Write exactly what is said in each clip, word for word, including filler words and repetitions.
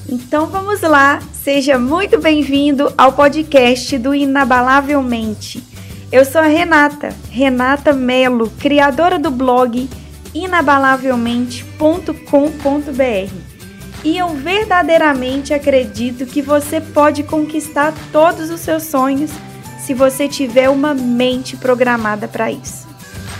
Então vamos lá, seja muito bem-vindo ao podcast do Inabalavelmente. Eu sou a Renata, Renata Melo, criadora do blog inabalavelmente ponto com ponto b r. E eu verdadeiramente acredito que você pode conquistar todos os seus sonhos se você tiver uma mente programada para isso.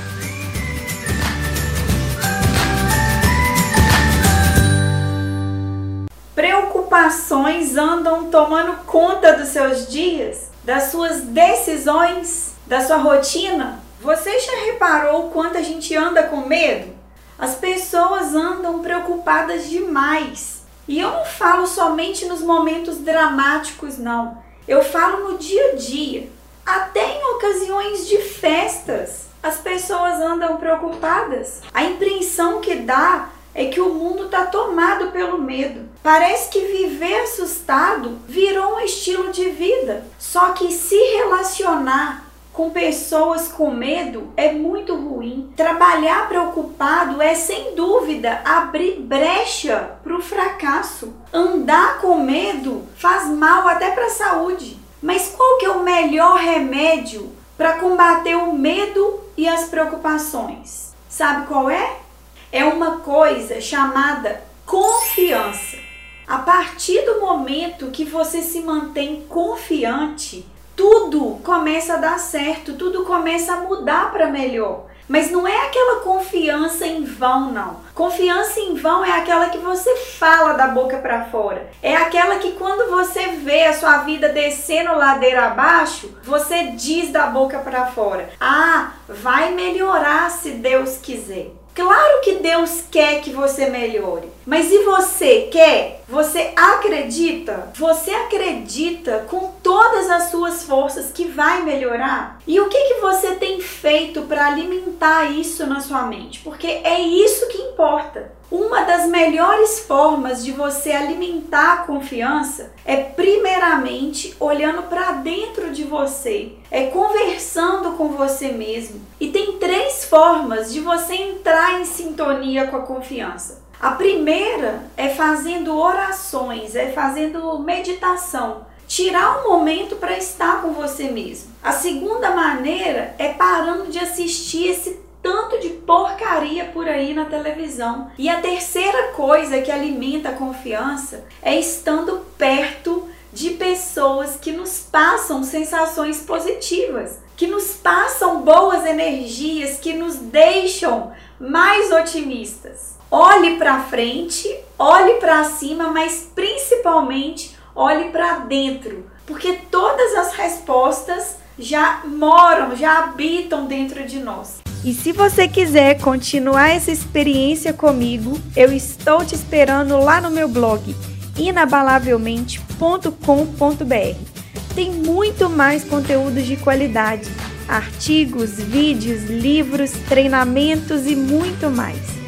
Preocupações andam tomando conta dos seus dias, das suas decisões, da sua rotina? Você já reparou o quanto a gente anda com medo? As pessoas andam preocupadas demais. E eu não falo somente nos momentos dramáticos, não. Eu falo no dia a dia. Até em ocasiões de festas, as pessoas andam preocupadas. A impressão que dá é que o mundo está tomado pelo medo. Parece que viver assustado virou um estilo de vida. Só que se relacionar com pessoas com medo é muito ruim. Trabalhar preocupado é, sem dúvida, abrir brecha para o fracasso. Andar com medo faz mal até para a saúde. Mas qual que é o melhor remédio para combater o medo e as preocupações? Sabe qual é? É uma coisa chamada confiança. A partir do momento que você se mantém confiante, tudo começa a dar certo, tudo começa a mudar para melhor. Mas não é aquela confiança em vão, não. Confiança em vão é aquela que você fala da boca para fora. É aquela que quando você vê a sua vida descendo ladeira abaixo, você diz da boca para fora: ah, vai melhorar se Deus quiser. Claro que Deus quer que você melhore, mas e você quer? Você acredita? Você acredita com todas as suas forças que vai melhorar? E o que, que você tem feito para alimentar isso na sua mente? Porque é isso que importa. Uma das melhores formas de você alimentar a confiança é primeiramente olhando para dentro de você, é conversando com você mesmo. E tem três formas de você entrar em sintonia com a confiança. A primeira é fazendo orações, é fazendo meditação. Tirar um momento para estar com você mesmo. A segunda maneira é parando de assistir esse tanto de porcaria por aí na televisão. E a terceira coisa que alimenta a confiança é estando perto de pessoas que nos passam sensações positivas, que nos passam boas energias, que nos deixam mais otimistas. Olhe para frente, olhe para cima, mas principalmente olhe para dentro, porque todas as respostas já moram, já habitam dentro de nós. E se você quiser continuar essa experiência comigo, eu estou te esperando lá no meu blog inabalavelmente ponto com ponto b r. Tem muito mais conteúdos de qualidade, artigos, vídeos, livros, treinamentos e muito mais.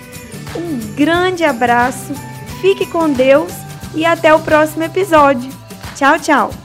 Um grande abraço, fique com Deus e até o próximo episódio. Tchau, tchau!